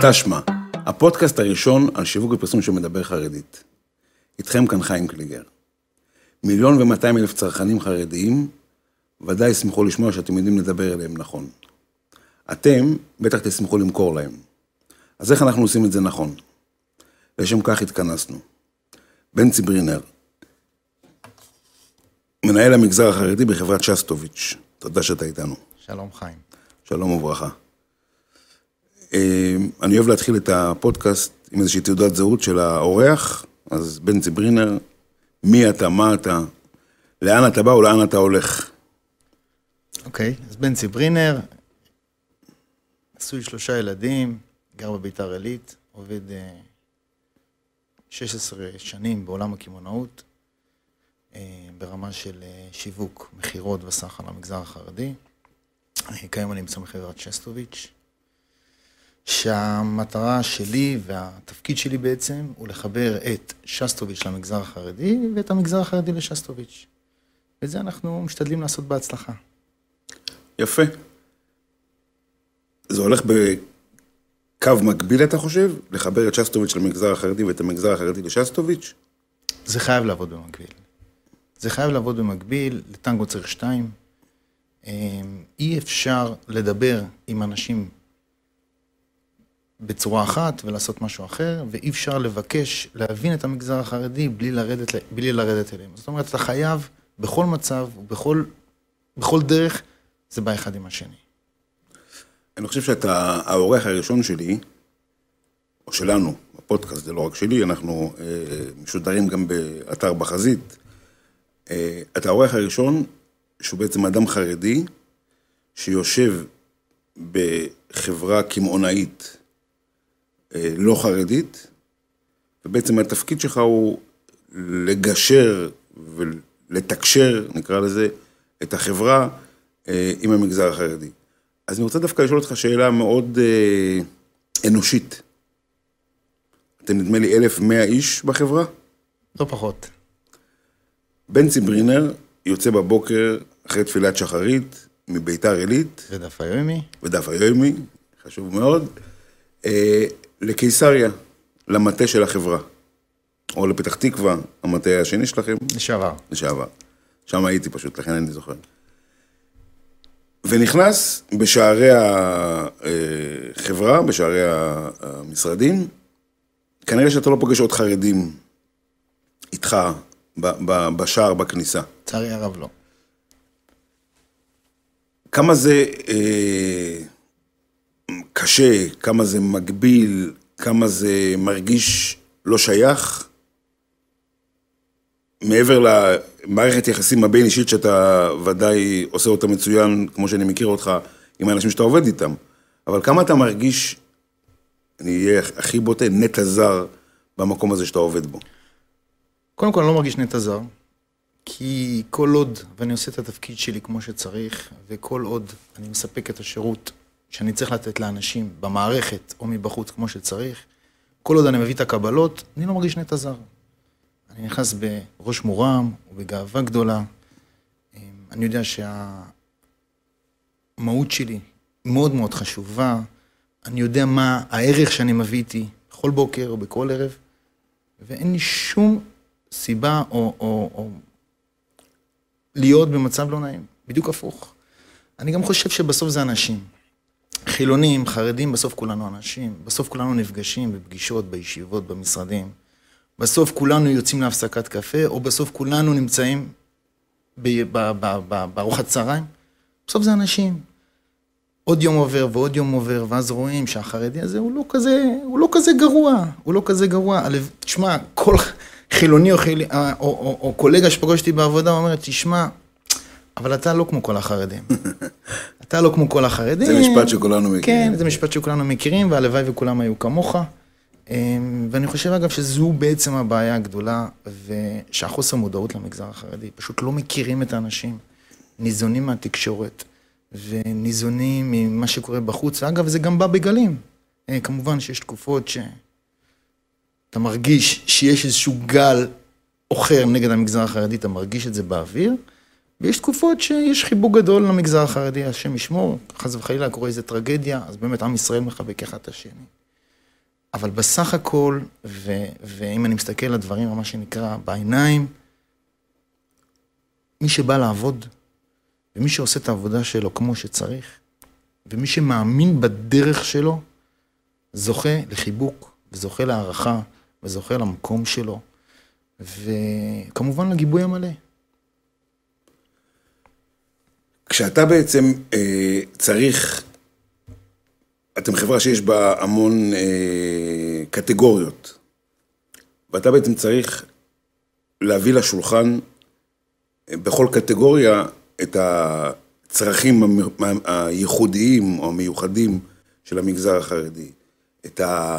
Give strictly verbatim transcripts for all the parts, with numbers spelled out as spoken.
תשמע, הפודקאסט הראשון על שיווק ופרסום שמדבר חרדית. איתכם כאן חיים קליגר. מיליון ומאתיים אלף צרכנים חרדיים, ודאי ישמחו לשמוע שאתם יודעים לדבר אליהם נכון. אתם בטח תשמחו למכור להם. אז איך אנחנו עושים את זה נכון? לשם כך התכנסנו. בנצי ברינר, מנהל המגזר החרדי בחברת שסטוביץ'. תודה שאתה איתנו. שלום חיים. שלום וברכה. אני אוהב להתחיל את הפודקאסט עם איזושהי תעודת זהות של האורח, אז בנצי ברינר, מי אתה, מה אתה, לאן אתה בא ולאן אתה הולך? אוקיי, אז בנצי ברינר, עשוי שלושה ילדים, גר בביתר עילית, עובד שש עשרה שנים בעולם הקמעונאות, ברמה של שיווק, מחירות וסחר למגזר החרדי. כיום אני נמצא בחברת שסטוביץ', שהמטרה שלי והתפקיד שלי בעצם הוא לחבר את שסטוביץ' למגזר החרדי ואת המגזר החרדי לשסטוביץ'. ואת זה אנחנו משתדלים לעשות בהצלחה. יפה. זה הולך בקו מקביל, אתה חושב? לחבר את שסטוביץ' למגזר החרדי ואת המגזר החרדי לשסטוביץ'? זה חייב לעבוד במקביל. זה חייב לעבוד במקביל, לטנגו צריך שתיים. אי אפשר לדבר עם אנשים בצורה אחת ולעשות משהו אחר, ואי אפשר לבקש להבין את המגזר החרדי בלי לרדת, בלי לרדת אליהם. זאת אומרת, אתה חייב בכל מצב ובכל בכל דרך, זה בא אחד עם השני. אני חושב שאתה האורח הראשון שלי, או שלנו, בפודקאסט, זה לא רק שלי, אנחנו אה, משודרים גם באתר בחזית. אה, אתה האורח הראשון, שהוא בעצם אדם חרדי, שיושב בחברה קמעונאית אה, לא חרדית, ובעצם התפקיד שלך הוא לגשר ולתקשר, נקרא לזה, את החברה אה, עם המגזר החרדי. אז אני רוצה דווקא לשאול אותך שאלה מאוד אה, אנושית. אתם נדמה לי אלף ומאה איש בחברה? לא פחות. בנצי ברינר יוצא בבוקר אחרי תפילת שחרית מביתר עילית. ודף היומי. ודף היומי, חשוב מאוד. אה, לקיסריה, למטה של החברה. או לפתח תקווה, המטה השני שלכם. לשעבר. לשעבר. שם הייתי פשוט, לכן אני זוכר. ונכנס בשערי החברה, בשערי המשרדים, כנראה שאתה לא פוגש עוד חרדים איתך בשער, בכניסה. צערי הרב לא. כמה זה אה, קשה, כמה זה מגביל, כמה זה מרגיש לא שייך, מעבר למערכת יחסים הבין אישית שאתה ודאי עושה אותה מצוין, כמו שאני מכיר אותך, עם האנשים שאתה עובד איתם. אבל כמה אתה מרגיש, אני אהיה הכי בוטה, נטע זר במקום הזה שאתה עובד בו? קודם כל, אני לא מרגיש נטע זר, כי כל עוד, ואני עושה את התפקיד שלי כמו שצריך, וכל עוד אני מספק את השירות שאני צריך לתת לאנשים במערכת או מבחוץ כמו שצריך, כל עוד אני מביא את הקבלות, אני לא מרגיש נטע זר. אני נכנס בראש מורם ובגאווה גדולה. אני יודע שהמהות שלי מאוד מאוד חשובה. אני יודע מה הערך שאני מביא איתי בכל בוקר או בכל ערב, ואין לי שום סיבה או, או, או להיות במצב לא נעים. בדיוק הפוך. אני גם חושב שבסוף זה אנשים. חילונים, חרדים, בסוף כולנו אנשים. בסוף כולנו נפגשים בפגישות, בישיבות, במשרדים. בסוף כולנו יוצאים להפסקת קפה, או בסוף כולנו נמצאים בארוחת צהריים. בסוף זה אנשים. עוד יום עובר ועוד יום עובר, ואז רואים שהחרדי הזה הוא לא כזה, הוא לא כזה גרוע, הוא לא כזה גרוע. תשמע, כל חילוני או, חיל... או, או, או, או קולגה שפגשתי בעבודה אומרת, תשמע, אבל אתה לא כמו כל החרדים. אתה לא כמו כל החרדים. זה משפט שכולנו מכירים. כן, זה משפט שכולנו מכירים, והלוואי וכולם היו כמוך. ואני חושב אגב שזו בעצם הבעיה הגדולה, ושהחוסר מודעות למגזר החרדי, פשוט לא מכירים את האנשים, ניזונים מהתקשורת, וניזונים ממה שקורה בחוץ, ואגב זה גם בא בגלים, כמובן שיש תקופות שאתה מרגיש שיש איזשהו גל אחר נגד המגזר החרדי, אתה מרגיש את זה באוויר, ויש תקופות שיש חיבוק גדול למגזר החרדי, השם ישמור, חס וחלילה קורה איזו טרגדיה, אז באמת עם ישראל מחבק אחד את השני. אבל בסך הכל, ו, ואם אני מסתכל על הדברים, מה שנקרא בעיניים, מי שבא לעבוד, ומי שעושה את העבודה שלו כמו שצריך, ומי שמאמין בדרך שלו, זוכה לחיבוק, וזוכה להערכה, וזוכה למקום שלו, וכמובן לגיבוי המלא. כשאתה בעצם אה, צריך, אתם חברה שיש בה המון אה, קטגוריות, ואתה בעצם צריך להביא לשולחן אה, בכל קטגוריה את הצרכים הייחודיים או המיוחדים של המגזר החרדי, את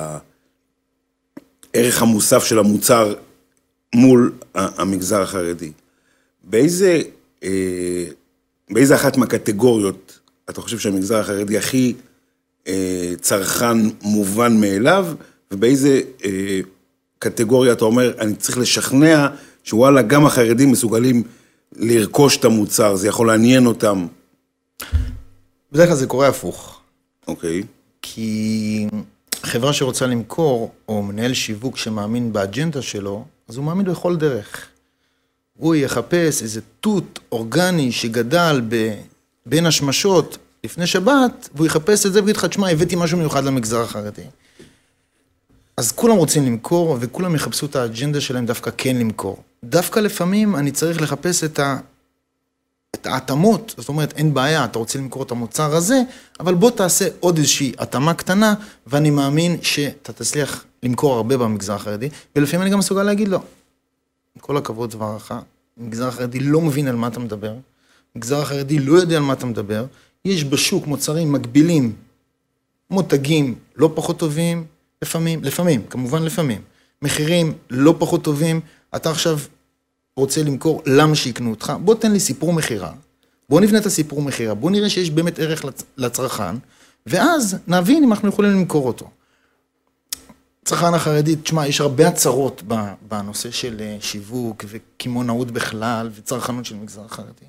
הערך המוסף של המוצר מול המגזר החרדי. באיזה, אה, באיזה אחת מהקטגוריות אתה חושב שהמגזר החרדי הכי אה, צרכן מובן מאליו, ובאיזה אה, קטגוריה אתה אומר, אני צריך לשכנע שוואלה, גם החרדים מסוגלים לרכוש את המוצר, זה יכול לעניין אותם. בדרך כלל זה קורה הפוך. אוקיי. כי חברה שרוצה למכור, או מנהל שיווק שמאמין באג'נדה שלו, אז הוא מאמין בכל דרך. הוא יחפש איזה תות אורגני שגדל ב... בין השמשות לפני שבת, והוא יחפש את זה ויגיד לך, תשמע, הבאתי משהו מיוחד למגזר החרדי. אז כולם רוצים למכור, וכולם יחפשו את האג'נדה שלהם דווקא כן למכור. דווקא לפעמים אני צריך לחפש את ה... את ההתאמות, זאת אומרת, אין בעיה, אתה רוצה למכור את המוצר הזה, אבל בוא תעשה עוד איזושהי התאמה קטנה, ואני מאמין שאתה תצליח למכור הרבה במגזר החרדי, ולפעמים אני גם מסוגל להגיד לו, עם כל הכבוד דברך, המגזר החרדי לא מבין על מה אתה מדבר, המגזר החרדי לא יודע על מה אתה מדבר, יש בשוק מוצרים מקבילים, מותגים לא פחות טובים, לפעמים, לפעמים, כמובן לפעמים, מחירים לא פחות טובים, אתה עכשיו רוצה למכור, למה שיקנו אותך? בוא תן לי סיפור מחירה, בוא נבנה את הסיפור מחירה, בוא נראה שיש באמת ערך לצרכן, ואז נבין אם אנחנו יכולים למכור אותו. צרכן החרדי, תשמע, יש הרבה הצהרות בנושא של שיווק וכימונאות בכלל, וצרכנות של מגזר החרדי.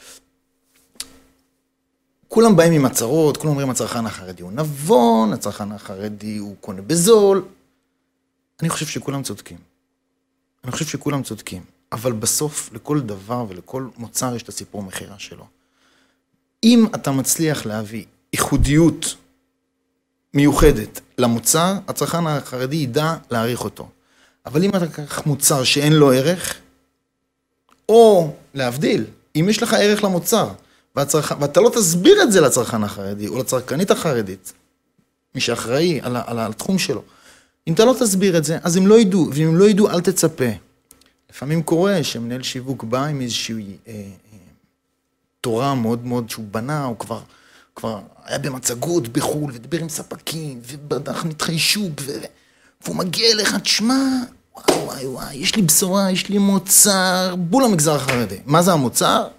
כולם באים עם הצהרות, כולם אומרים, הצרכן החרדי הוא נבון, הצרכן החרדי הוא קונה בזול. אני חושב שכולם צודקים. אני חושב שכולם צודקים. אבל בסוף, לכל דבר ולכל מוצר יש את הסיפור מחירה שלו. אם אתה מצליח להביא ייחודיות מיוחדת למוצר, הצרכן החרדי ידע להעריך אותו. אבל אם אתה לקח מוצר שאין לו ערך, או להבדיל, אם יש לך ערך למוצר, והצרכן, ואתה לא תסביר את זה לצרכן החרדי, או לצרכנית החרדית, מי שאחראי על, על, על התחום שלו, אם אתה לא תסביר את זה, אז הם לא ידעו, ואם הם לא ידעו, אל תצפה. לפעמים קורה שמנהל שיווק בא עם איזושהי אה, אה, תורה מאוד מאוד שהוא בנה, הוא כבר, כבר היה במצגות בחול, ודיבר עם ספקים, ובדח נתחי שוק, ו... והוא מגיע אליך, תשמע, וואי וואי וואי, יש לי בשורה, יש לי מוצר, בול המגזר החרדי. מה זה המוצר?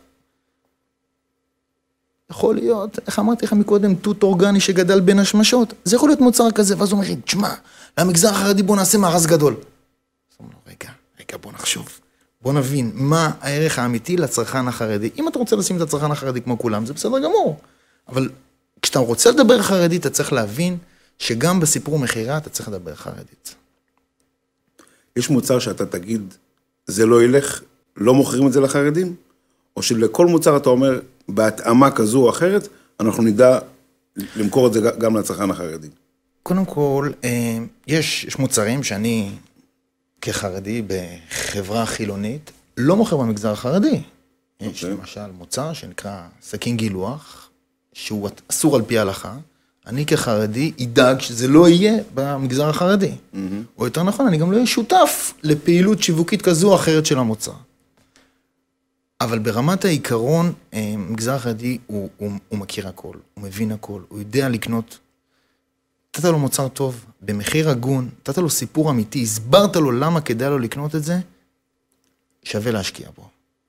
יכול להיות, איך אמרתי לך מקודם, תות אורגני שגדל בין השמשות, זה יכול להיות מוצר כזה, ואז הוא אומר, תשמע, למגזר החרדי בוא נעשה מארז גדול. אז הוא אומר, רגע, רגע, בוא נחשוב, בוא נבין מה הערך האמיתי לצרכן החרדי. אם אתה רוצה לשים את הצרכן החרדי כמו כולם, זה בסדר גמור. אבל כשאתה רוצה לדבר חרדית, אתה צריך להבין שגם בסיפור מחירה אתה צריך לדבר חרדית. יש מוצר שאתה תגיד, זה לא ילך, לא מוכרים את זה לחרדים? או שלכל מוצר אתה אומר, בהתאמה כזו או אחרת, אנחנו נדע למכור את זה גם לצרכן החרדי. קודם כל, יש, יש מוצרים שאני כחרדי בחברה חילונית, לא מוכר במגזר החרדי. יש למשל מוצר שנקרא סכין גילוח, שהוא אסור על פי ההלכה, אני כחרדי ידאג שזה לא יהיה במגזר החרדי. או יותר נכון, אני גם לא אהיה שותף לפעילות שיווקית כזו או אחרת של המוצר. אבל ברמת העיקרון, מגזר החרדי הוא, הוא, הוא מכיר הכל, הוא מבין הכל, הוא יודע לקנות. נתת לו מוצר טוב, במחיר הגון, נתת לו סיפור אמיתי, הסברת לו למה כדאי לו לקנות את זה, שווה להשקיע בו.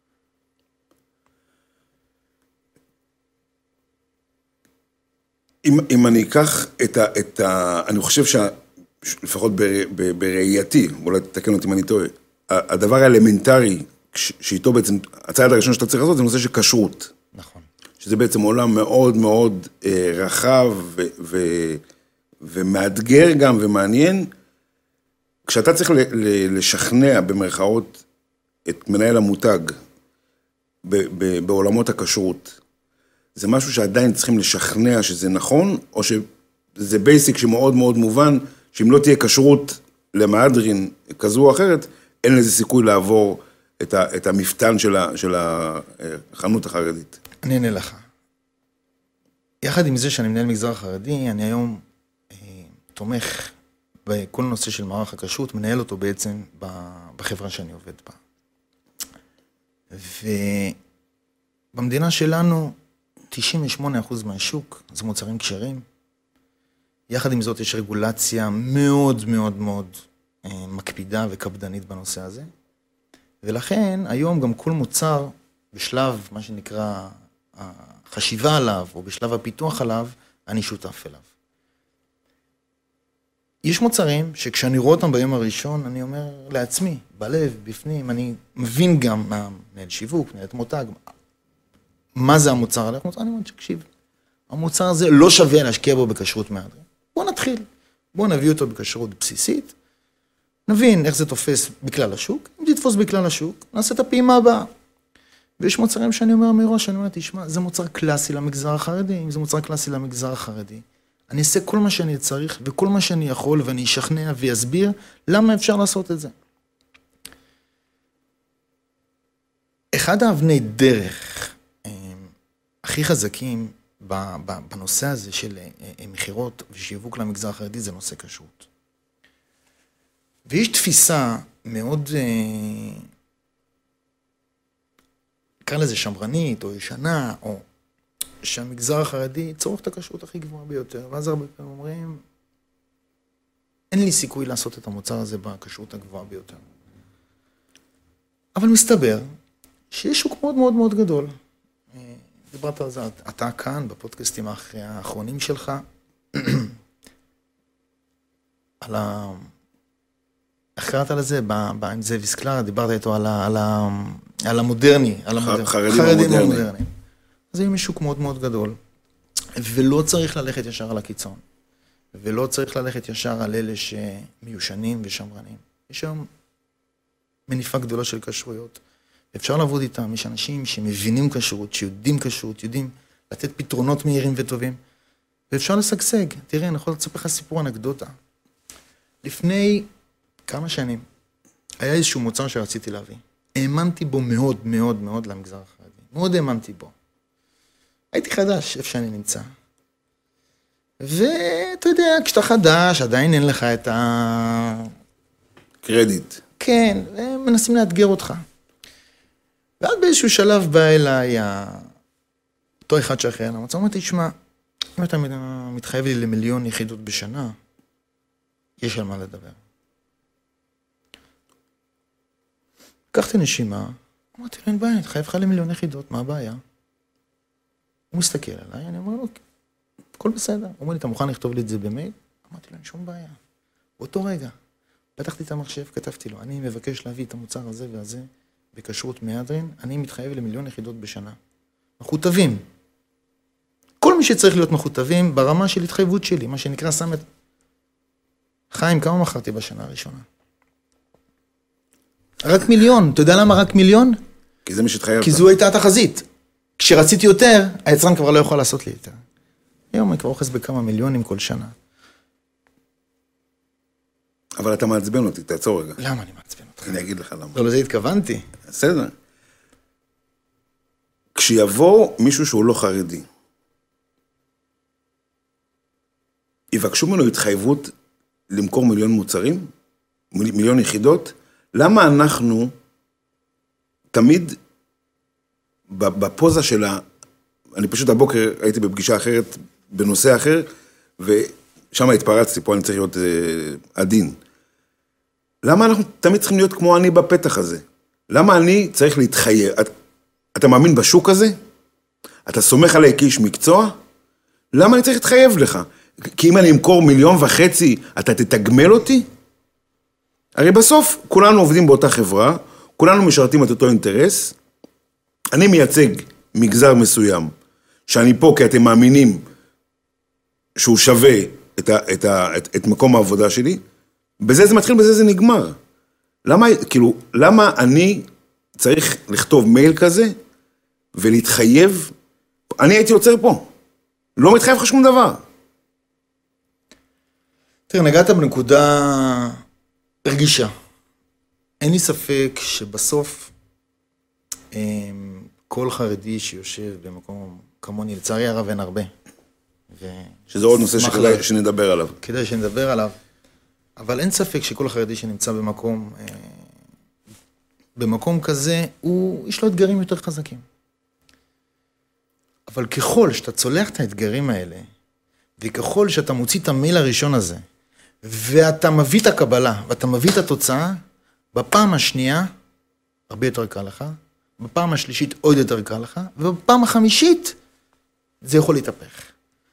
אם, אם אני אקח את ה, את ה... אני חושב שלפחות בראייתי, אולי תתקן אותי אם אני טועה, הדבר האלמנטרי, שאיתו בעצם, הצעד הראשון שאתה צריך לעשות, זה נושא של כשרות. נכון. שזה בעצם עולם מאוד מאוד אה, רחב ו, ו, ומאתגר גם ומעניין, כשאתה צריך לשכנע במרכאות את מנהל המותג בעולמות הכשרות, זה משהו שעדיין צריכים לשכנע שזה נכון, או שזה בייסיק שמאוד מאוד מובן, שאם לא תהיה כשרות למהדרין כזו או אחרת, אין לזה סיכוי לעבור את, ה, את המפתן של, ה, של החנות החרדית. אני אענה לך. יחד עם זה שאני מנהל מגזר חרדי, אני היום אה, תומך בכל נושא של מערך הכשרות, מנהל אותו בעצם בחברה שאני עובד בה. ובמדינה שלנו, תשעים ושמונה אחוז מהשוק זה מוצרים כשרים. יחד עם זאת יש רגולציה מאוד מאוד מאוד אה, מקפידה וקפדנית בנושא הזה. ולכן היום גם כל מוצר בשלב, מה שנקרא, החשיבה עליו, או בשלב הפיתוח עליו, אני שותף אליו. יש מוצרים שכשאני רואה אותם ביום הראשון, אני אומר לעצמי, בלב, בפנים, אני מבין גם מה מנהל שיווק, מנהלת מותג, מה זה המוצר עליך? אני אומר, תקשיב, המוצר הזה לא שווה להשקיע בו בכשרות מהדרין. בוא נתחיל, בוא נביא אותו בכשרות בסיסית, נבין איך זה תופס בכלל השוק, אם זה תתפוס בכלל השוק, נעשה את הפעימה הבאה. ויש מוצרים שאני אומר מראש, אני אומר, תשמע, זה מוצר קלאסי למגזר החרדי, אם זה מוצר קלאסי למגזר החרדי, אני אעשה כל מה שאני צריך, וכל מה שאני יכול, ואני אשכנע ויסביר למה אפשר לעשות את זה. אחד האבני דרך הכי חזקים בנושא הזה של מחירות ושיווק למגזר החרדי, זה נושא כשרות. ויש תפיסה מאוד, נקרא לזה שמרנית או ישנה, או שהמגזר החרדי צורך את הכשרות הכי גבוהה ביותר, ואז הרבה פעמים אומרים, אין לי סיכוי לעשות את המוצר הזה בכשרות הגבוהה ביותר. אבל מסתבר שיש שוק מאוד מאוד מאוד גדול. דיברת על זה, אתה כאן בפודקאסטים האחרונים שלך, על ה... איך קראת לזה? עם זאב איסקלר, דיברת איתו על, ה... על, ה... על המודרני, על המודרני. חרדים המודרני. המודרני. אז היום יש שוק מאוד מאוד גדול, ולא צריך ללכת ישר על הקיצון, ולא צריך ללכת ישר על אלה שמיושנים ושמרנים. יש היום מניפה גדולה של כשרויות, אפשר לעבוד איתם, יש אנשים שמבינים כשרות, שיודעים כשרות, יודעים לתת פתרונות מהירים וטובים, ואפשר לשגשג. תראה, אני יכול לספר לך סיפור אנקדוטה. לפני כמה שנים, היה איזשהו מוצר שרציתי להביא. האמנתי בו מאוד מאוד מאוד למגזר החרדי. מאוד האמנתי בו. הייתי חדש, איפה שאני נמצא. ואתה יודע, כשאתה חדש, עדיין אין לך את ה... קרדיט. כן, הם מנסים לאתגר אותך. ועד באיזשהו שלב בא אליי אותו אחד שאחרי, המצב אומר, תשמע, אם אתה מתחייב לי למיליון יחידות בשנה, יש על מה לדבר. לקחתי נשימה, אמרתי לו, אין בעיה, אני מתחייב לך למיליון יחידות, מה הבעיה? הוא מסתכל עליי, אני אומר לו, הכל בסדר. הוא אומר לי, אתה מוכן לכתוב לי את זה במייל? אמרתי לו, אין שום בעיה. באותו רגע, פתחתי את המחשב, כתבתי לו, אני מבקש להביא את המוצר הזה והזה, בכשרות מהדרין, אני מתחייב למיליון יחידות בשנה. מחוטבים. כל מי שצריך להיות מחוטבים ברמה של התחייבות שלי, מה שנקרא שם את... חיים, כמה מכרתי בשנה הראשונה? רק מיליון. אתה יודע למה רק מיליון? כי זה מי שהתחייבת. כי זו הייתה התחזית. כשרציתי יותר, היצרן כבר לא יכול לעשות לי יותר. היום אני כבר אוחז בכמה מיליונים כל שנה. אבל אתה מעצבן אותי, תעצור רגע. למה אני מעצבן אותך? אני אגיד לך למה. לא, לזה התכוונתי. בסדר. כשיבוא מישהו שהוא לא חרדי, יבקשו ממנו התחייבות למכור מיליון מוצרים, מיליון יחידות, למה אנחנו תמיד בפוזה שלה, אני פשוט הבוקר הייתי בפגישה אחרת, בנושא אחר, ושם התפרצתי, פה אני צריך להיות עדין. למה אנחנו תמיד צריכים להיות כמו אני בפתח הזה? למה אני צריך להתחייב? אתה, אתה מאמין בשוק הזה? אתה סומך עליי כאיש מקצוע? למה אני צריך להתחייב לך? כי אם אני אמכור מיליון וחצי, אתה תתגמל אותי? הרי בסוף כולנו עובדים באותה חברה, כולנו משרתים את אותו אינטרס, אני מייצג מגזר מסוים, שאני פה כי אתם מאמינים שהוא שווה את, ה, את, ה, את, את מקום העבודה שלי, בזה זה מתחיל, בזה זה נגמר. למה, כאילו, למה אני צריך לכתוב מייל כזה, ולהתחייב, אני הייתי יוצר פה, לא מתחייב לך שום דבר. תראה, נגעת בנקודה רגישה. אין לי ספק שבסוף, כל חרדי שיושב במקום כמוני, לצערי הרב אין הרבה. שזה עוד נושא שכדאי שנדבר עליו. כדאי שנדבר עליו. אבל אין ספק שכל חרדי שנמצא במקום, במקום כזה, הוא, יש לו אתגרים יותר חזקים. אבל ככל שאתה צולח את האתגרים האלה, וככל שאתה מוציא את המייל הראשון הזה, ואתה מביא את הקבלה, ואתה מביא את התוצאה, בפעם השנייה, הרבה יותר קל לך, בפעם השלישית עוד יותר קל לך, ובפעם החמישית, זה יכול להתהפך.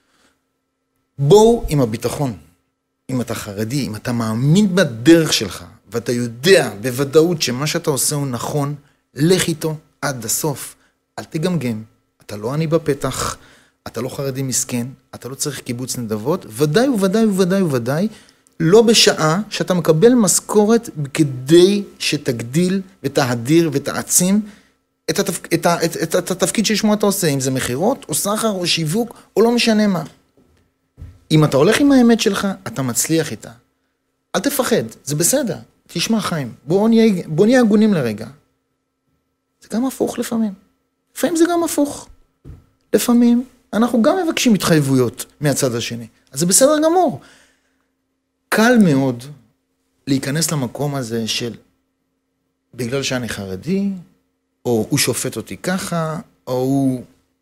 בואו עם הביטחון, אם אתה חרדי, אם אתה מאמין בדרך שלך, ואתה יודע בוודאות שמה שאתה עושה הוא נכון, לך איתו עד הסוף. אל תגמגם, אתה לא עני בפתח, אתה לא חרדי מסכן, אתה לא צריך קיבוץ נדבות, ודאי וודאי וודאי וודאי, לא בשעה שאתה מקבל משכורת כדי שתגדיל ותהדיר ותעצים את, התפ... את, ה... את, את, את התפקיד ששמו אתה עושה, אם זה מחירות או סחר או שיווק או לא משנה מה. אם אתה הולך עם האמת שלך, אתה מצליח איתה. אל תפחד, זה בסדר. תשמע חיים, בוא נהיה, בוא נהיה הגונים לרגע. זה גם הפוך לפעמים. לפעמים זה גם הפוך. לפעמים אנחנו גם מבקשים התחייבויות מהצד השני. אז זה בסדר גמור. קל מאוד להיכנס למקום הזה של בגלל שאני חרדי, או הוא שופט אותי ככה, או הוא...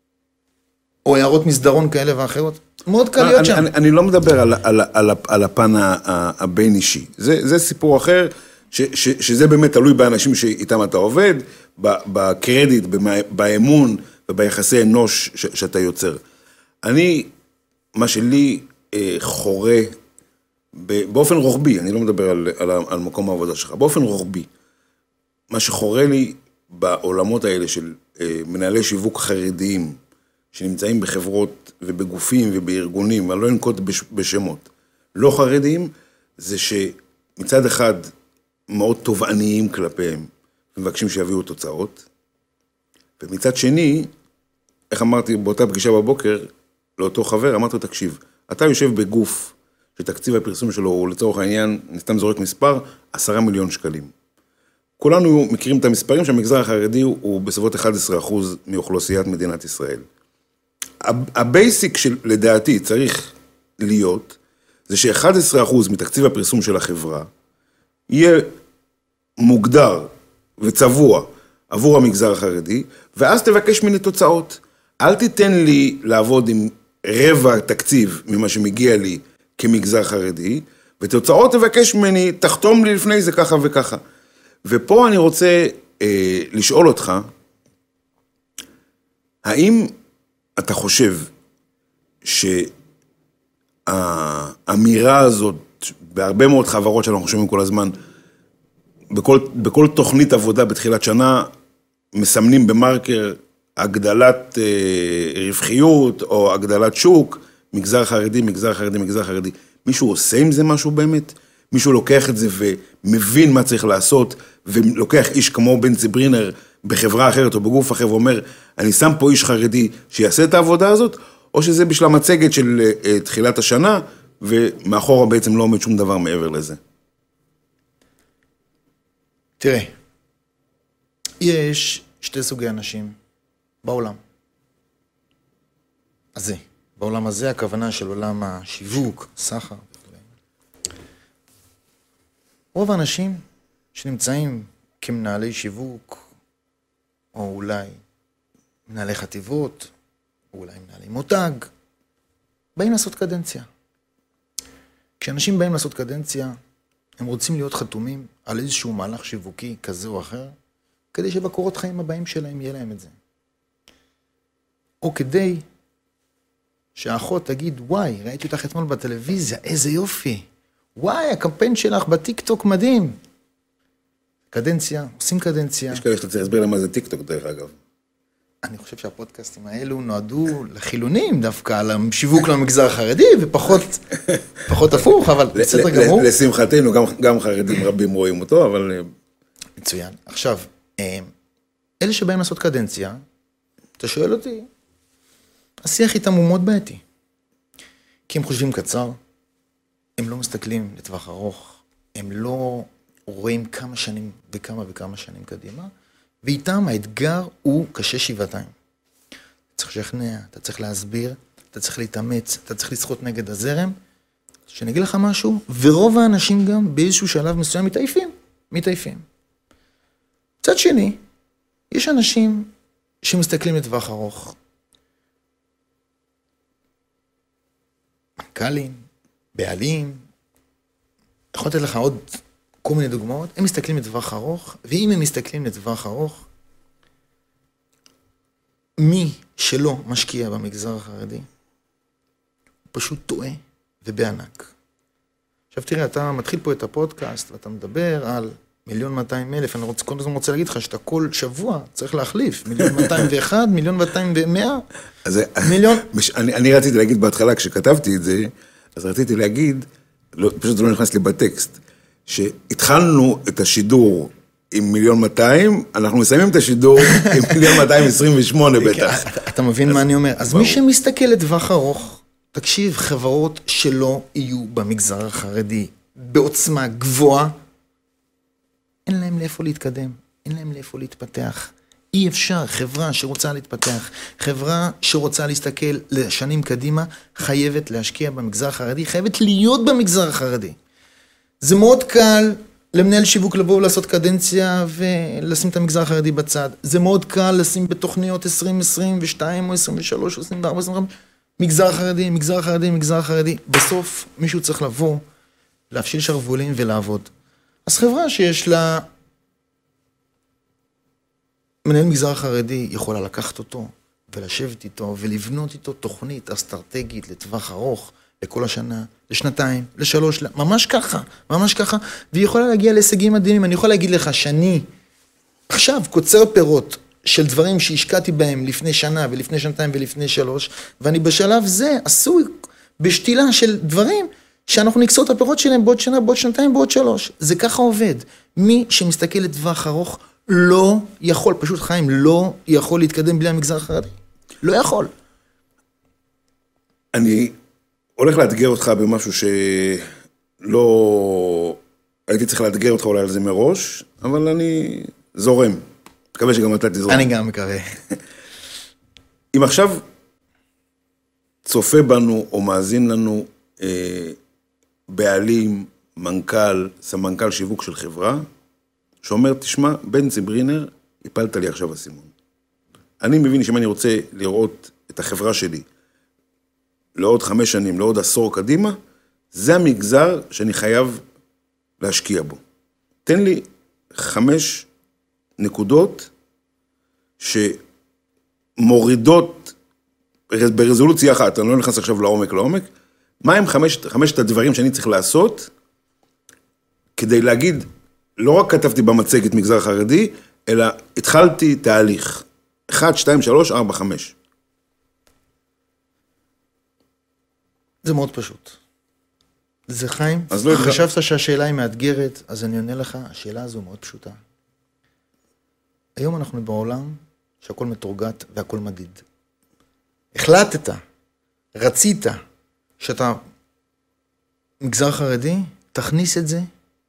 או הערות מסדרון כאלה ואחרות. מאוד קל להיות שם. אני, אני לא מדבר על, על, על, על הפן הבין אישי. זה, זה סיפור אחר, ש, ש, שזה באמת תלוי באנשים שאיתם אתה עובד, בקרדיט, באמון וביחסי אנוש ש, שאתה יוצר. אני, מה שלי חורה, באופן רוחבי, אני לא מדבר על, על, על מקום העבודה שלך, באופן רוחבי, מה שחורה לי בעולמות האלה של מנהלי שיווק חרדיים, שנמצאים בחברות ובגופים ובארגונים, ואני לא אנקוט בשמות, לא חרדיים, זה שמצד אחד מאוד תובעניים כלפיהם, ומבקשים שיביאו תוצאות, ומצד שני, איך אמרתי באותה פגישה בבוקר, לאותו חבר, אמרתי, תקשיב, אתה יושב בגוף, שתקציב הפרסום שלו הוא לצורך העניין, נסתם זורק מספר, עשרה מיליון שקלים. כולנו מכירים את המספרים שהמגזר החרדי הוא בסביבות אחד עשר אחוז מאוכלוסיית מדינת ישראל. הבייסיק שלדעתי צריך להיות, זה ש-אחד עשר אחוז מתקציב הפרסום של החברה, יהיה מוגדר וצבוע עבור המגזר החרדי, ואז תבקש ממני תוצאות. אל תיתן לי לעבוד עם רבע תקציב ממה שמגיע לי כמגזר חרדי, ותוצאות תבקש ממני, תחתום לי לפני זה ככה וככה. ופה אני רוצה אה, לשאול אותך, האם אתה חושב שהאמירה הזאת, בהרבה מאוד חברות שאנחנו שומעים כל הזמן, בכל, בכל תוכנית עבודה בתחילת שנה, מסמנים במרקר הגדלת אה, רווחיות או הגדלת שוק, מגזר חרדי, מגזר חרדי, מגזר חרדי. מישהו עושה עם זה משהו באמת? מישהו לוקח את זה ומבין מה צריך לעשות, ולוקח איש כמו בן ציברינר בחברה אחרת או בגוף אחר, ואומר, אני שם פה איש חרדי שיעשה את העבודה הזאת, או שזה בשביל המצגת של uh, תחילת השנה, ומאחורה בעצם לא עומד שום דבר מעבר לזה. תראה, יש שתי סוגי אנשים בעולם. הזה, בעולם הזה הכוונה של עולם השיווק, סחר. רוב האנשים שנמצאים כמנהלי שיווק, או אולי מנהלי חטיבות, או אולי מנהלי מותג, באים לעשות קדנציה. כשאנשים באים לעשות קדנציה, הם רוצים להיות חתומים על איזשהו מהלך שיווקי כזה או אחר, כדי שבקורות חיים הבאים שלהם יהיה להם את זה. או כדי שהאחות תגיד, וואי, ראיתי אותך אתמול בטלוויזיה, איזה יופי. וואי, הקמפיין שלך בטיקטוק מדהים. קדנציה, עושים קדנציה. יש כאלה שאתה צריך להסביר למה זה טיקטוק דרך אגב. אני חושב שהפודקאסטים האלו נועדו לחילונים דווקא, לשיווק למגזר החרדי, ופחות פחות הפוך, אבל בסדר גמור. לשמחתנו, גם חרדים רבים רואים אותו, אבל... מצוין. עכשיו, אלה שבאים לעשות קדנציה, אתה שואל אותי, השיח איתם הוא מאוד בעייתי. כי הם חושבים קצר, הם לא מסתכלים לטווח ארוך, הם לא רואים כמה שנים וכמה וכמה שנים קדימה, ואיתם האתגר הוא קשה שבעתיים. אתה צריך לשכנע, אתה צריך להסביר, אתה צריך להתאמץ, אתה צריך לשחות נגד הזרם, שנגיד לך משהו, ורוב האנשים גם באיזשהו שלב מסוים מתעייפים, מתעייפים. מצד שני, יש אנשים שמסתכלים לטווח ארוך. מנכ"לים, בעלים, יכול לתת לך עוד כל מיני דוגמאות, הם מסתכלים לטווח ארוך, ואם הם מסתכלים לטווח ארוך, מי שלא משקיע במגזר החרדי, הוא פשוט טועה ובענק. עכשיו תראה, אתה מתחיל פה את הפודקאסט, ואתה מדבר על מיליון מאתיים אלף, אני רוצה, כל הזמן רוצה להגיד לך שאתה כל שבוע צריך להחליף, מיליון מאתיים ואחד, מיליון מאתיים ומאה, מיליון... אני, אני רציתי להגיד בהתחלה, כשכתבתי את זה, אז רציתי להגיד, לא, פשוט לא נכנס לי בטקסט, שהתחלנו את השידור עם מיליון מאתיים, אנחנו מסיימים את השידור עם מיליון מאתיים עשרים ושמונה בטח. אתה מבין מה אני אומר? אז מי שמסתכל לטווח ארוך, תקשיב, חברות שלא יהיו במגזר החרדי בעוצמה גבוהה, אין להם לאיפה להתקדם, אין להם לאיפה להתפתח. אי אפשר, חברה שרוצה להתפתח, חברה שרוצה להסתכל לשנים קדימה, חייבת להשקיע במגזר החרדי, חייבת להיות במגזר החרדי. זה מאוד קל למנהל שיווק לבוא ולעשות קדנציה ולשים את המגזר החרדי בצד. זה מאוד קל לשים בתוכניות עשרים עשרים ושתיים או עשרים ושלוש או עשרים וארבע, עשרים וחמש, מגזר חרדי, מגזר חרדי, מגזר חרדי. בסוף מישהו צריך לבוא, להפשיל שרבולים ולעבוד. אז חברה שיש לה מנהל מגזר חרדי יכולה לקחת אותו ולשבת איתו ולבנות איתו תוכנית אסטרטגית לטווח ארוך, לכל השנה, לשנתיים, לשלוש, ממש ככה, ממש ככה, והיא יכולה להגיע להישגים מדהימים. אני יכול להגיד לך שאני עכשיו קוצר פירות של דברים שהשקעתי בהם לפני שנה ולפני שנתיים ולפני שלוש, ואני בשלב זה עשוי בשתילה של דברים שאנחנו נקצור את הפירות שלהם בעוד שנה, בעוד שנתיים, בעוד שלוש. זה ככה עובד. מי שמסתכל לטווח ארוך לא יכול, פשוט חיים, לא יכול להתקדם בלי המגזר החרדי. לא יכול. אני הולך לאתגר אותך במשהו שלא... הייתי צריך לאתגר אותך אולי על זה מראש, אבל אני זורם. מקווה שגם אתה תזורם. אני גם מקווה. אם עכשיו צופה בנו או מאזין לנו אה, בעלים, מנכ"ל, סמנכ"ל שיווק של חברה, שאומר, תשמע, בן ציברינר, הפלת לי עכשיו הסימון. אני מבין שאם אני רוצה לראות את החברה שלי, לעוד חמש שנים, לעוד עשור קדימה, זה המגזר שאני חייב להשקיע בו. תן לי חמש נקודות שמורידות ברזולוציה אחת, אני לא נכנס עכשיו לעומק לעומק, מה הם חמשת, חמשת הדברים שאני צריך לעשות, כדי להגיד, לא רק כתבתי במצגת מגזר חרדי, אלא התחלתי תהליך. אחד, שתיים, שלוש, ארבע, חמש. זה מאוד פשוט. זה חיים. לא חשבת שהשאלה היא מאתגרת, אז אני עונה לך, השאלה הזו מאוד פשוטה. היום אנחנו בעולם שהכל מתורגת והכל מדיד. החלטת, רצית, שאתה מגזר חרדי, תכניס את זה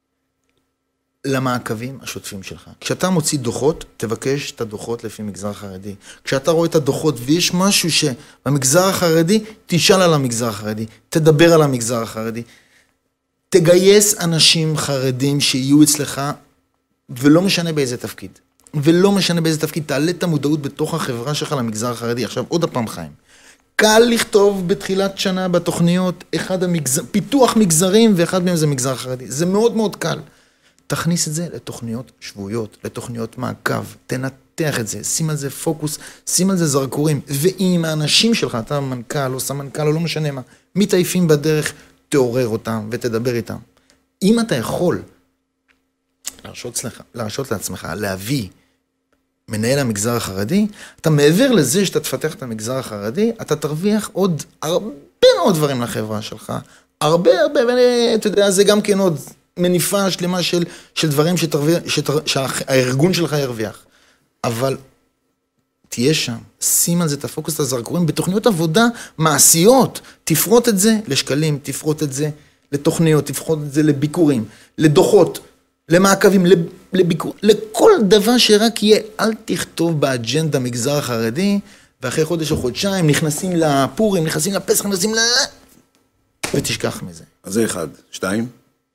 למעקבים השוטפים שלך. כשאתה מוציא דוחות, תבקש את הדוחות לפי מגזר חרדי. כשאתה רואה את הדוחות ויש משהו שבמגזר החרדי, תשאל על המגזר החרדי, תדבר על המגזר החרדי. תגייס אנשים חרדים שיהיו אצלך, ולא משנה באיזה תפקיד. ולא משנה באיזה תפקיד, תעלה את המודעות בתוך החברה שלך למגזר החרדי. עכשיו, עוד הפעם חיים. קל לכתוב בתחילת שנה בתוכניות, אחד המגזר, פיתוח מגזרים, ואחד מהם זה מגזר חרדי. זה מאוד מאוד קל. תכניס את זה לתוכניות שבועיות, לתוכניות מעקב, תנתח את זה, שים על זה פוקוס, שים על זה זרקורים, ואם האנשים שלך, אתה מנכ"ל או סמנכ"ל או לא משנה מה, מתעייפים בדרך, תעורר אותם ותדבר איתם. אם אתה יכול להרשות, סליחה, להרשות לעצמך, להביא מנהל המגזר החרדי, אתה מעבר לזה שאתה תפתח את המגזר החרדי, אתה תרוויח עוד הרבה מאוד דברים לחברה שלך, הרבה הרבה, ואתה יודע, זה גם כן עוד מניפה שלמה של, של דברים שתרוויח, שתר, שהארגון שלך ירוויח. אבל תהיה שם, שים על זה את הפוקוס, את הזרקורים, בתוכניות עבודה מעשיות, תפרוט את זה לשקלים, תפרוט את זה לתוכניות, תפרוט את זה לביקורים, לדוחות, למעקבים, לביקור, לכל דבר שרק יהיה, אל תכתוב באג'נדה מגזר החרדי, ואחרי חודש או חודשיים נכנסים לפורים, נכנסים לפסח, נכנסים ל... ותשכח מזה. אז זה אחד. שתיים?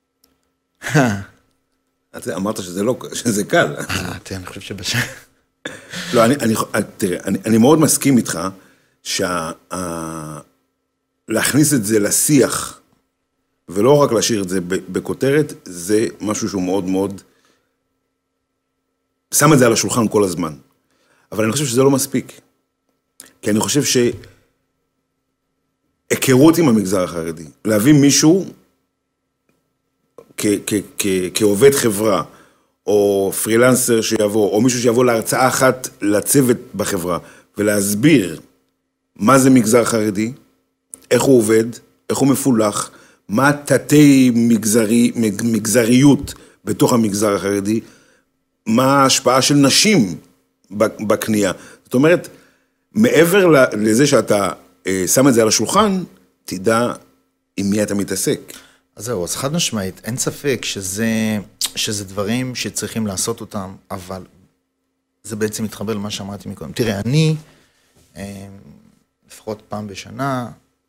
אמרת שזה לא, שזה קל. אה, תראה, אני חושב שבשם... לא, אני, אני, תראה, אני, אני מאוד מסכים איתך, שלהכניס את זה לשיח, ולא רק להשאיר את זה בכותרת, זה משהו שהוא מאוד מאוד, שם את זה על השולחן כל הזמן. אבל אני חושב שזה לא מספיק. כי אני חושב שהיכרות עם המגזר החרדי, להביא מישהו כ- כ- כ- כעובד חברה, או פרילנסר שיבוא, או מישהו שיבוא להרצאה אחת לצוות בחברה, ולהסביר מה זה מגזר חרדי, איך הוא עובד, איך הוא מפולח, מה תתי מגזרי, מגזריות בתוך המגזר החרדי, מה ההשפעה של נשים בקנייה. זאת אומרת, מעבר לזה שאתה שם את זה על השולחן, תדע עם מי אתה מתעסק. אז זהו, אז חד משמעית, אין ספק שזה, שזה דברים שצריכים לעשות אותם, אבל זה בעצם מתחבר למה שאמרתי מקודם. תראה, אני, לפחות פעם בשנה,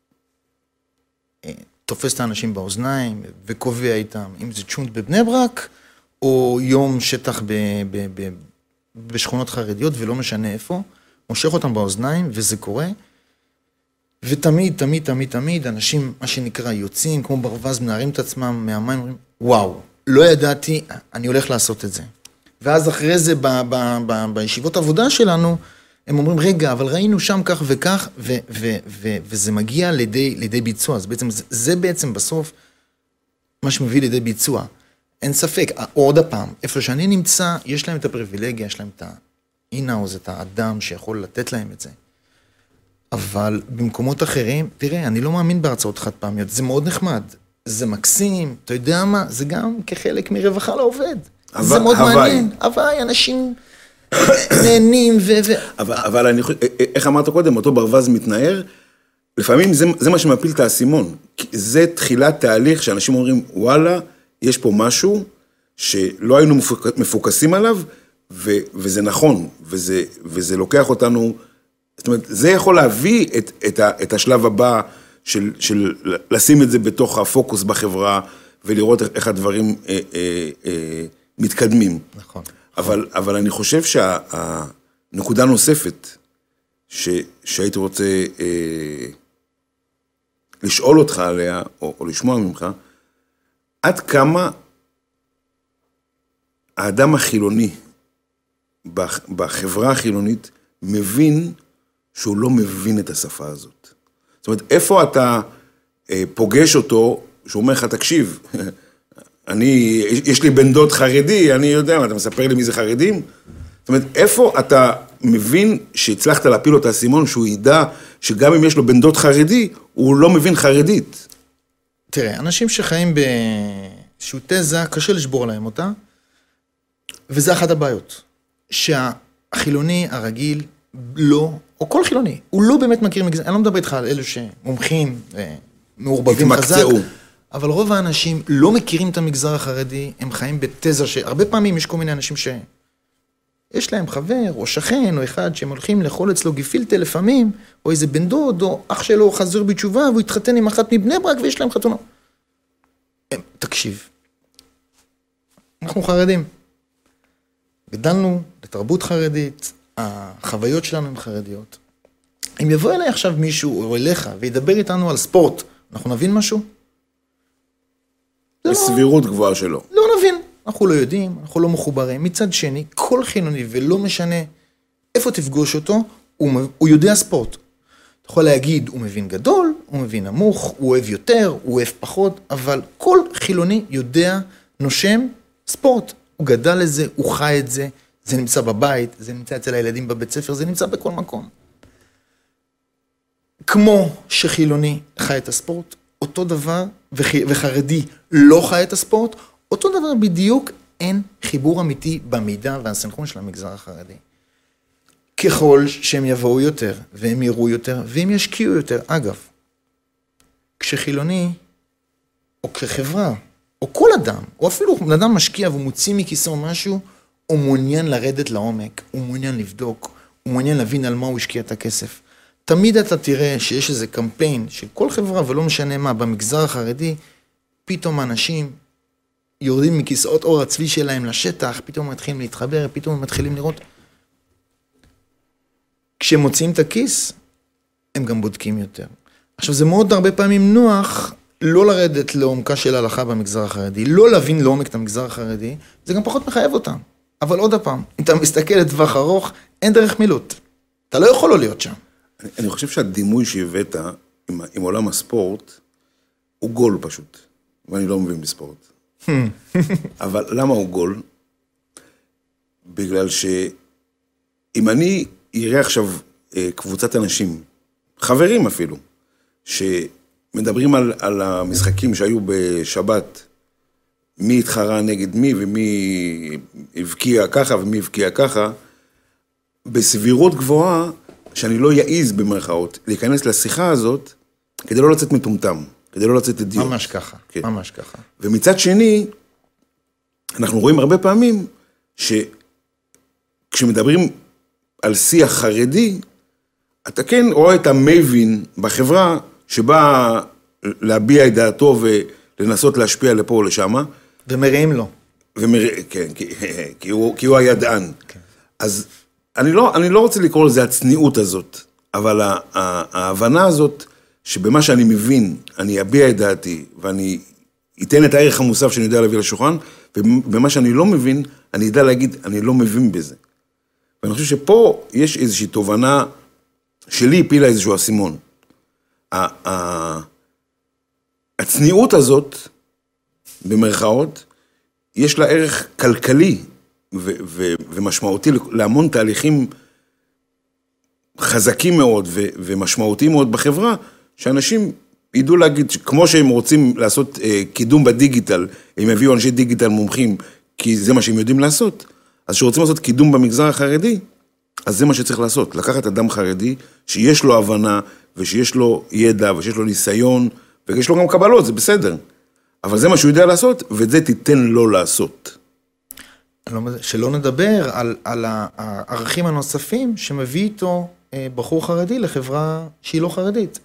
תופס את האנשים באוזניים וקובע איתם, אם זה צ'ונט בבני ברק, או יום שטח ב, ב, ב, בשכונות חרדיות, ולא משנה איפה, מושך אותם באוזניים, וזה קורה. ותמיד, תמיד, תמיד, תמיד, אנשים, מה שנקרא, יוצאים, כמו ברווז, מנערים את עצמם מהמים, אומרים, וואו, לא ידעתי, אני הולך לעשות את זה. ואז אחרי זה, ב, ב, ב, בישיבות עבודה שלנו, הם אומרים, רגע, אבל ראינו שם כך וכך, ו, ו, ו, וזה מגיע לידי, לידי ביצוע. אז בעצם, זה, זה בעצם בסוף מה שמביא לידי ביצוע. אין ספק, עוד הפעם, איפה שאני נמצא, יש להם את הפריבילגיה, יש להם את האינאוז, את האדם שיכול לתת להם את זה. אבל במקומות אחרים, תראה, אני לא מאמין בהרצאות חד פעמיות, זה מאוד נחמד, זה מקסים, אתה יודע מה, זה גם כחלק מרווחה לעובד. זה מאוד מעניין, אבל אנשים נהנים ו... אבל אני חושב, איך אמרת קודם, אותו ברווז מתנער, לפעמים זה, זה מה שמפיל את האסימון, זה תחילת תהליך שאנשים אומרים, וואלה, יש פה משהו שלא היינו מפוקסים עליו, ו, וזה נכון, וזה, וזה לוקח אותנו, זאת אומרת, זה יכול להביא את, את, ה, את השלב הבא של, של לשים את זה בתוך הפוקוס בחברה, ולראות איך הדברים אה, אה, אה, מתקדמים. נכון. אבל, אבל אני חושב שהנקודה נוספת, ש, שהייתי רוצה אה, לשאול אותך עליה, או, או לשמוע ממך, עד כמה האדם החילוני, בחברה החילונית, מבין שהוא לא מבין את השפה הזאת. זאת אומרת, איפה אתה פוגש אותו, שהוא אומר לך, תקשיב, אני, יש לי בן דוד חרדי, אני יודע, אתה מספר לי מי זה חרדים? זאת אומרת, איפה אתה מבין שהצלחת להפיל לו את האסימון, שהוא ידע שגם אם יש לו בן דוד חרדי, הוא לא מבין חרדית. תראה, אנשים שחיים באיזשהו תזה, קשה לשבור להם אותה, וזה אחת הבעיות. שהחילוני הרגיל לא, או כל חילוני, הוא לא באמת מכיר מגזר, אני לא מדבר איתך על אלו שמומחים, מעורבבים חזק, אבל רוב האנשים לא מכירים את המגזר החרדי, הם חיים בתזה שהרבה פעמים יש כל מיני אנשים שיש להם חבר, או שכן, או אחד שהם הולכים לאכול אצלו גפילטה לפעמים, או איזה בן דוד, או אח שלו חזר בתשובה, והוא התחתן עם אחת מבני ברק, ויש להם חתונה. תקשיב, אנחנו חרדים. גדלנו לתרבות חרדית, החוויות שלנו הן חרדיות. אם יבוא אליי עכשיו מישהו, או אליך, וידבר איתנו על ספורט, אנחנו נבין משהו? בסבירות לא... גבוהה שלו. לא נבין. אנחנו לא יודעים, אנחנו לא מחוברים. מצד שני, כל חילוני, ולא משנה איפה תפגוש אותו, הוא, הוא יודע ספורט. אתה יכול להגיד, הוא מבין גדול, הוא מבין נמוך, הוא אוהב יותר, הוא אוהב פחות, אבל כל חילוני יודע, נושם, ספורט. הוא גדל לזה, הוא חי את זה, זה נמצא בבית, זה נמצא אצל הילדים בבית ספר, זה נמצא בכל מקום. כמו שחילוני חי את הספורט, אותו דבר, וחרדי לא חי את הספורט, אותו דבר בדיוק, אין חיבור אמיתי במידע והסנכרון של המגזר החרדי. ככל שהם יבואו יותר, והם יראו יותר, והם ישקיעו יותר. אגב, כשחילוני, או כשחברה, או כל אדם, או אפילו אדם משקיע והוא מוציא מכיסו משהו, הוא מעוניין לרדת לעומק, הוא מעוניין לבדוק, הוא מעוניין להבין על מה הוא השקיע את הכסף. תמיד אתה תראה שיש איזה קמפיין של כל חברה, ולא משנה מה, במגזר החרדי, פתאום אנשים יורדים מכיסאות אור הצבי שלהם לשטח, פתאום מתחילים להתחבר, פתאום מתחילים לראות. כשהם מוצאים את הכיס, הם גם בודקים יותר. עכשיו, זה מאוד הרבה פעמים נוח לא לרדת לעומקה של ההלכה במגזר החרדי, לא להבין לעומק את המגזר החרדי, זה גם פחות מחייב אותם. אבל עוד הפעם, אם אתה מסתכל לטווח ארוך, אין דרך מילוט. אתה לא יכול לא להיות שם. אני, אני חושב שהדימוי שהבאת עם, עם עולם הספורט, הוא גול פשוט. ואני לא מבין בספורט. אבל למה הוא גול? בגלל שאם אני אראה עכשיו קבוצת אנשים, חברים אפילו, שמדברים על, על המשחקים שהיו בשבת, מי התחרה נגד מי ומי הבקיע ככה ומי הבקיע ככה, בסבירות גבוהה, שאני לא יעיז במרכאות, להיכנס לשיחה הזאת, כדי לא לצאת מטומטם, כדי לא לצאת אידיוט. ממש ככה, כן. ממש ככה. ומצד שני, אנחנו רואים הרבה פעמים, שכשמדברים על שיח חרדי, אתה כן רואה את המבין בחברה, שבא להביע את דעתו ולנסות להשפיע לפה או לשם. ומראים לו. ומרא... כן, כי, כי, הוא, כי הוא הידען. כן. אז אני לא, אני לא רוצה לקרוא לזה הצניעות הזאת, אבל ההבנה הזאת, שבמה שאני מבין, אני אביע את דעתי, ואני אתן את הערך המוסף שאני יודע להביא לשולחן, ובמה שאני לא מבין, אני יודע להגיד, אני לא מבין בזה. ואני חושב שפה יש איזושהי תובנה, שלי הפילה איזשהו אסימון. הצניעות הזאת, במרכאות, יש לה ערך כלכלי ו- ו- ומשמעותי להמון תהליכים חזקים מאוד ו- ומשמעותיים מאוד בחברה, שאנשים ידעו להגיד, כמו שהם רוצים לעשות אה, קידום בדיגיטל, הם יביאו אנשי דיגיטל מומחים, כי זה מה שהם יודעים לעשות, אז שרוצים לעשות קידום במגזר החרדי, אז זה מה שצריך לעשות, לקחת אדם חרדי, שיש לו הבנה, ושיש לו ידע, ושיש לו ניסיון, ויש לו גם קבלות, זה בסדר. אבל זה מה שהוא יודע לעשות, ואת זה תיתן לו לעשות. שלא נדבר על, על הערכים הנוספים, שמביא איתו בחור חרדי לחברה שהיא לא חרדית.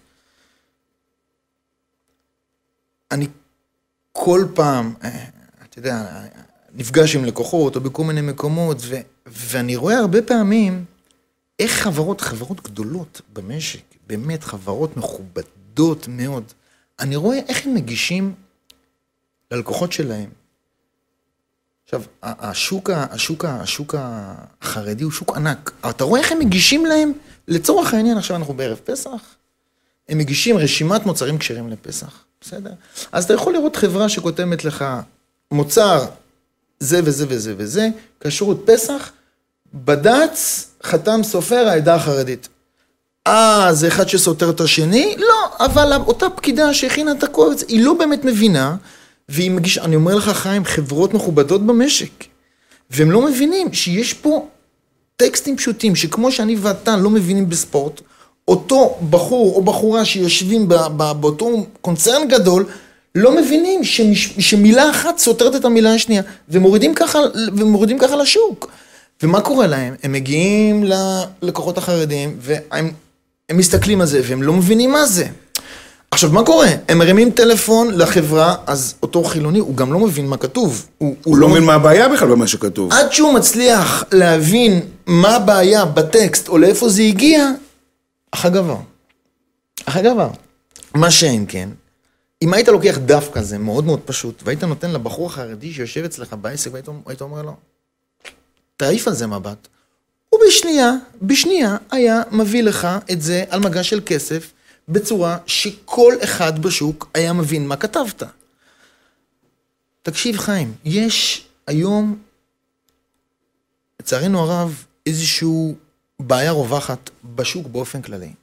אני כל פעם, אתה יודע, נפגש עם לקוחות, או בכל מיני מקומות, ו, ואני רואה הרבה פעמים, איך חברות, חברות גדולות במשק, באמת חברות מכובדות מאוד, אני רואה איך הם מגישים ללקוחות שלהם. עכשיו, השוק, השוק, השוק החרדי הוא שוק ענק. אתה רואה איך הם מגישים להם, לצורך העניין, עכשיו אנחנו בערב פסח, הם מגישים רשימת מוצרים כשרים לפסח, בסדר? אז אתה יכול לראות חברה שכותמת לך מוצר זה וזה וזה וזה, כשרות פסח, בד"ץ חתם סופר העדה החרדית. אה, זה אחד שסותר את השני? לא, אבל אותה פקידה שהכינה את הקובץ, היא לא באמת מבינה, והיא מגיש, אני אומר לך חיים, חברות מכובדות במשק, והם לא מבינים שיש פה טקסטים פשוטים, שכמו שאני ואתה לא מבינים בספורט, אותו בחור או בחורה שיושבים באותו קונצרן גדול, לא מבינים שמש, שמילה אחת סותרת את המילה השנייה, ומורידים ככה, ומורידים ככה לשוק. ומה קורה להם? הם מגיעים ללקוחות החרדים, והם הם מסתכלים על זה, והם לא מבינים מה זה. עכשיו, מה קורה? הם מרימים טלפון לחברה, אז אותו חילוני, הוא גם לא מבין מה כתוב. הוא, הוא לא מבין מה הבעיה בכלל במה שכתוב. עד שהוא מצליח להבין מה הבעיה בטקסט, או לאיפה זה הגיע, אחר גבר. אחר גבר. מה שאין כן, אם היית לוקח דף כזה, מאוד מאוד פשוט, והיית נותן לבחור החרדי שיושב אצלך בעסק, והיית אומר לו, תעיף על זה מבט. ובשנייה, בשנייה היה מביא לך את זה על מגע של כסף, בצורה שכל אחד בשוק היה מבין מה כתבת. תקשיב חיים, יש היום לצערנו הרב, איזושהי בעיה רווחת בשוק באופן כללי.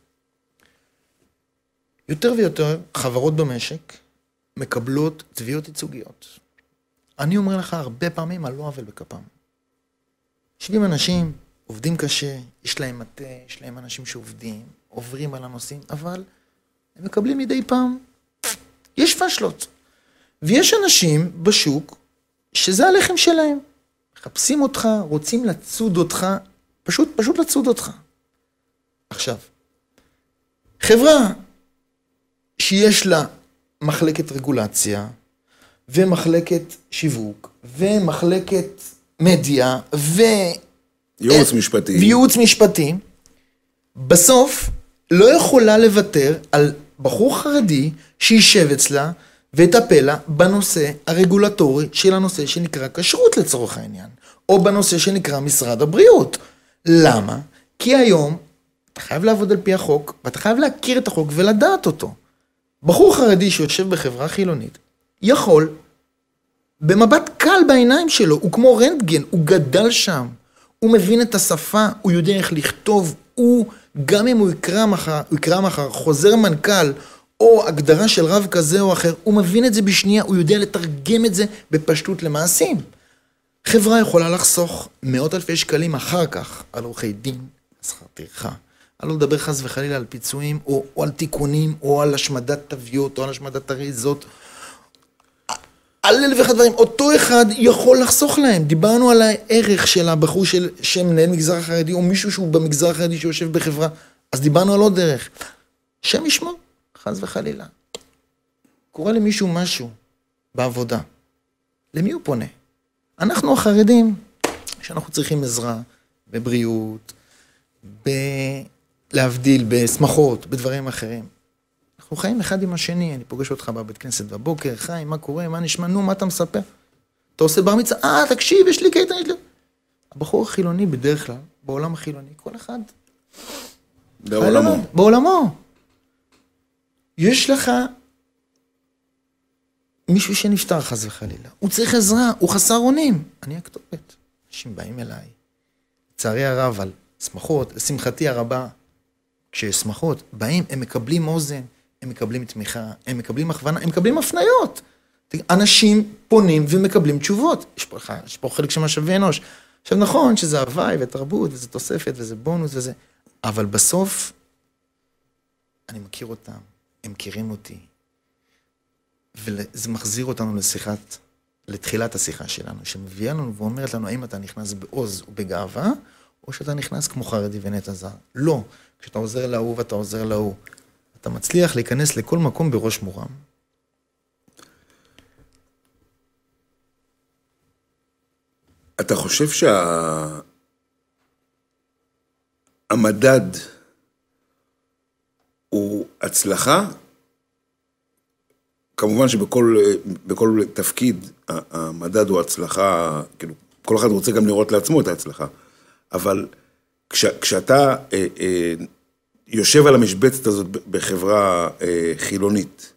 יותר ויותר חברות במשק מקבלות תביעות ייצוגיות. אני אומר לך הרבה פעמים על לא עוול בכפם. יושבים אנשים, עובדים קשה, יש להם מטה, יש להם אנשים שעובדים, עוברים על הנושאים, אבל הם מקבלים מדי פעם. יש פשלות. ויש אנשים בשוק שזה הלחם שלהם. מחפשים אותך, רוצים לצוד אותך, פשוט, פשוט לצוד אותך. עכשיו, חברה שיש לה מחלקת רגולציה, ומחלקת שיווק, ומחלקת מדיה, ו... ייעוץ משפטי. וייעוץ משפטי, בסוף לא יכולה לוותר על בחור חרדי שישב אצלה ויטפל לה בנושא הרגולטורי של הנושא שנקרא כשרות לצורך העניין, או בנושא שנקרא משרד הבריאות. למה? כי היום אתה חייב לעבוד על פי החוק, ואתה חייב להכיר את החוק ולדעת אותו. בחור חרדי שיושב בחברה חילונית, יכול, במבט קל בעיניים שלו, הוא כמו רנטגן, הוא גדל שם, הוא מבין את השפה, הוא יודע איך לכתוב, הוא, גם אם הוא יקרא מחר, הוא יקרא מחר חוזר מנכ"ל, או הגדרה של רב כזה או אחר, הוא מבין את זה בשנייה, הוא יודע לתרגם את זה בפשטות למעשים. חברה יכולה לחסוך מאות אלפי שקלים אחר כך, על עורכי דין, שכר טרחה, על לא לדבר חס וחלילה על פיצויים, או, או על תיקונים, או על השמדת תוויות, או על השמדת אריזות, על אלף ואחד דברים, אותו אחד יכול לחסוך להם. דיברנו על הערך של הבחור של, שמנהל מגזר החרדי, או מישהו שהוא במגזר החרדי שיושב בחברה, אז דיברנו על עוד דרך. שם ישמע, חס וחלילה. קורא למישהו משהו בעבודה. למי הוא פונה? אנחנו החרדים, שאנחנו צריכים עזרה בבריאות, ב... להבדיל בשמחות, בדברים אחרים. אנחנו חיים אחד עם השני, אני פוגש אותך בבית כנסת בבוקר, חיים, מה קורה, מה נשמע, נו, מה אתה מספר? אתה עושה בר מצווה, אה, תקשיב, יש לי קייטן, יש לי... הבחור החילוני בדרך כלל, בעולם החילוני, כל אחד. בעולמו. בעולמו. יש לך מישהו שנפטר חס וחלילה, הוא צריך עזרה, הוא חסר אונים. אני הכתובת. אנשים באים אליי, לצערי הרב, על שמחות, לשמחתי הרבה, כשיש שמחות, באים, הם מקבלים אוזן, הם מקבלים תמיכה, הם מקבלים הכוונה, הם מקבלים הפניות. אנשים פונים ומקבלים תשובות. יש פה, יש פה חלק של משאבי אנוש. עכשיו נכון שזה הוואי ותרבות, וזה תוספת, וזה בונוס, וזה... אבל בסוף, אני מכיר אותם, הם מכירים אותי, וזה מחזיר אותנו לשיחת, לתחילת השיחה שלנו, שמביאה לנו ואומרת לנו, האם אתה נכנס בעוז ובגאווה, או שאתה נכנס כמו חרדי ונטע זר. לא. כשאתה עוזר להוא ואתה עוזר להוא, אתה מצליח להיכנס לכל מקום בראש מורם. אתה חושב שהמדד הוא הצלחה? כמובן שבכל בכל תפקיד המדד הוא הצלחה, כאילו, כל אחד רוצה גם לראות לעצמו את ההצלחה, אבל כש, כשאתה אה, אה, יושב על המשבצת הזאת בחברה אה, חילונית,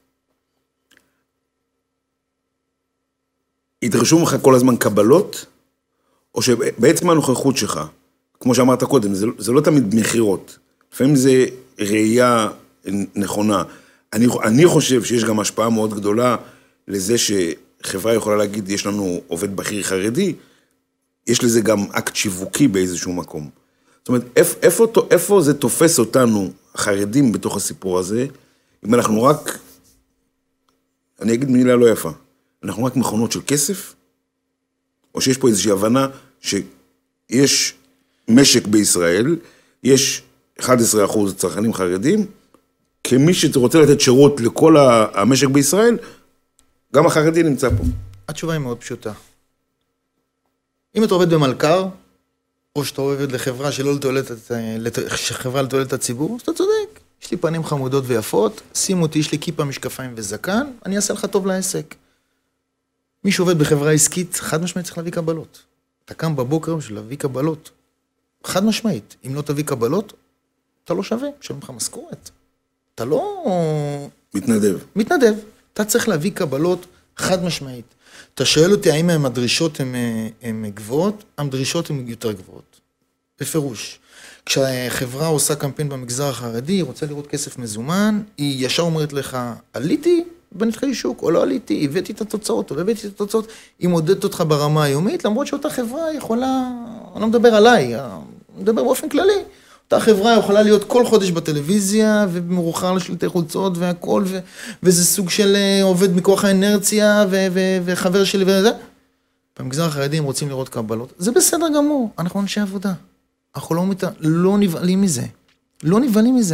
ידרשו ממך כל הזמן קבלות, או שבעצם הנוכחות שלך, כמו שאמרת קודם, זה, זה לא תמיד מחירות, לפעמים זה ראייה נכונה. אני, אני חושב שיש גם השפעה מאוד גדולה לזה שחברה יכולה להגיד, יש לנו עובד בכיר חרדי, יש לזה גם אקט שיווקי באיזשהו מקום. זאת אומרת, איפה, איפה, איפה זה תופס אותנו, החרדים, בתוך הסיפור הזה, אם אנחנו רק, אני אגיד מילה לא יפה, אנחנו רק מכונות של כסף, או שיש פה איזושהי הבנה שיש משק בישראל, יש אחד עשר אחוז צרכנים חרדים, כמי שרוצה לתת שירות לכל המשק בישראל, גם החרדי נמצא פה. התשובה היא מאוד פשוטה. אם אתה עובד במלכר, או שאתה עובד לחברה שלא לתועלת, חברה לתועלת הציבור, אז אתה צודק. יש לי פנים חמודות ויפות, שים אותי, יש לי כיפה, משקפיים וזקן, אני אעשה לך טוב לעסק. מי שעובד בחברה עסקית, חד משמעית צריך להביא קבלות. אתה קם בבוקר בשביל להביא קבלות. חד משמעית. אם לא תביא קבלות, אתה לא שווה, שלום לך משכורת. אתה לא... מתנדב. מתנדב. אתה צריך להביא קבלות חד משמעית. אתה שואל אותי האם הדרישות הן גבוהות, הדרישות הן יותר גבוהות. בפירוש. כשחברה עושה קמפיין במגזר החרדי, היא רוצה לראות כסף מזומן, היא ישר אומרת לך, עליתי בנתחי שוק, או לא עליתי, הבאתי את התוצאות, או לא הבאתי את התוצאות, היא מודדת אותך ברמה היומית, למרות שאותה חברה יכולה, אני לא מדבר עליי, אני מדבר באופן כללי, אותה חברה יכולה להיות כל חודש בטלוויזיה, ומרוחר לשלטי חולצות והכל, ו- וזה סוג של עובד מכוח האנרציה, ו- ו- וחבר שלי וזה. במגזר החרדי הם רוצים לראות קבלות, זה בסדר גמור, אנחנו אנשי עבודה. אנחנו לא, מת... לא נבעלים מזה. לא נבעלים מזה.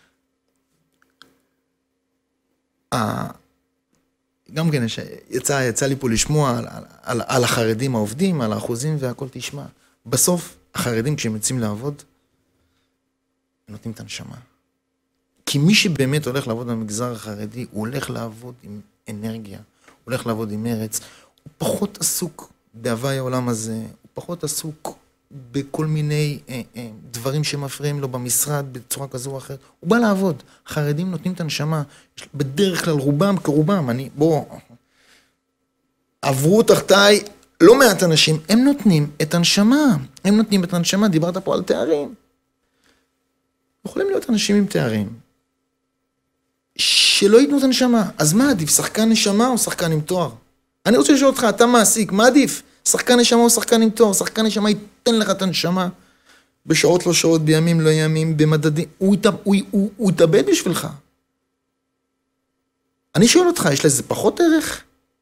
גם כן, יצא, יצא לי פה לשמוע על, על, על החרדים העובדים, על האחוזים והכל תשמע. בסוף, החרדים כשהם יוצאים לעבוד, הם נותנים את הנשמה. כי מי שבאמת הולך לעבוד במגזר החרדי, הוא הולך לעבוד עם אנרגיה, הוא הולך לעבוד עם ארץ, הוא פחות עסוק בהווי העולם הזה, הוא פחות עסוק בכל מיני אה, אה, דברים שמפריעים לו במשרד בצורה כזו או אחרת. הוא בא לעבוד. חרדים נותנים את הנשמה. בדרך כלל רובם כרובם. אני, בוא, עברו תחתיי לא מעט אנשים. הם נותנים את הנשמה. הם נותנים את הנשמה. דיברת פה על תארים. יכולים להיות אנשים עם תארים שלא ייתנו את הנשמה. אז מה עדיף? שחקן נשמה או שחקן עם תואר? אני רוצה לשאול אותך, אתה מעסיק, מה עדיף? שחקן נשמה או שחקן עם תואר? שחקן נשמה ייתן לך את הנשמה בשעות לא שעות, בימים לא ימים, במדדים. הוא, הוא, הוא, הוא, הוא יתאבד בשבילך. אני שואל אותך, יש לזה פחות ערך?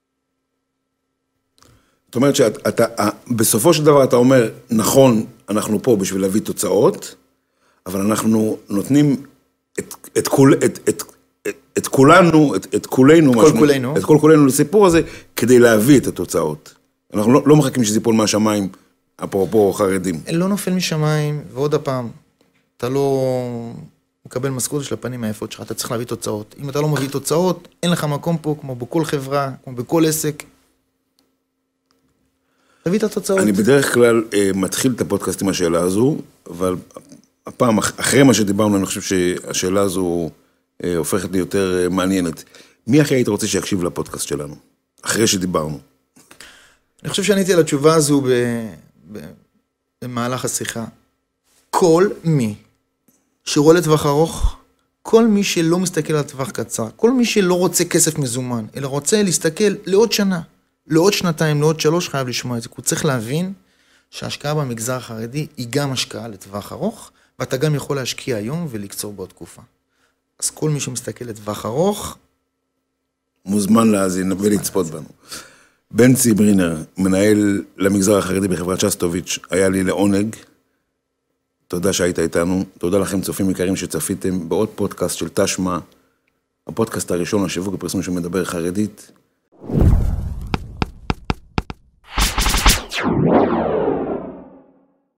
זאת אומרת שאתה, בסופו של דבר אתה אומר, נכון, אנחנו פה בשביל להביא תוצאות, אבל אנחנו נותנים את, את, כול, את, את, את, את כולנו, את, את כולנו, כל משמע, כולנו. את כל כולנו לסיפור הזה, כדי להביא את התוצאות. אנחנו לא, לא מחכים שזה ייפול מהשמיים, אפרופו חרדים. לא נופל משמיים, ועוד הפעם, אתה לא מקבל משכורת של הפנים היפות שלך, אתה צריך להביא תוצאות. אם אתה לא מביא תוצאות, אין לך מקום פה, כמו בכל חברה, כמו בכל עסק. תביא את התוצאות. אני בדרך כלל אה, מתחיל את הפודקאסט עם השאלה הזו, אבל הפעם, אחרי מה שדיברנו, אני חושב שהשאלה הזו אה, הופכת לי יותר אה, מעניינת. מי הכי היית רוצה שיקשיב לפודקאסט שלנו? אחרי שדיברנו. אני חושב שעניתי על התשובה הזו ב... ב... במהלך השיחה. כל מי שרואה לטווח ארוך, כל מי שלא מסתכל על טווח קצר, כל מי שלא רוצה כסף מזומן, אלא רוצה להסתכל לעוד שנה, לעוד שנתיים, לעוד שלוש, חייב לשמוע את זה. הוא צריך להבין שההשקעה במגזר החרדי היא גם השקעה לטווח ארוך, ואתה גם יכול להשקיע היום ולקצור בעוד תקופה. אז כל מי שמסתכל לטווח ארוך, מוזמן להאזין ולצפות בנו. בנצי ברינר, מנהל למגזר החרדי בחברת שסטוביץ', היה לי לעונג. תודה שהיית איתנו. תודה לכם צופים יקרים שצפיתם בעוד פודקאסט של תשמע, הפודקאסט הראשון לשיווק ופרסום שמדבר חרדית.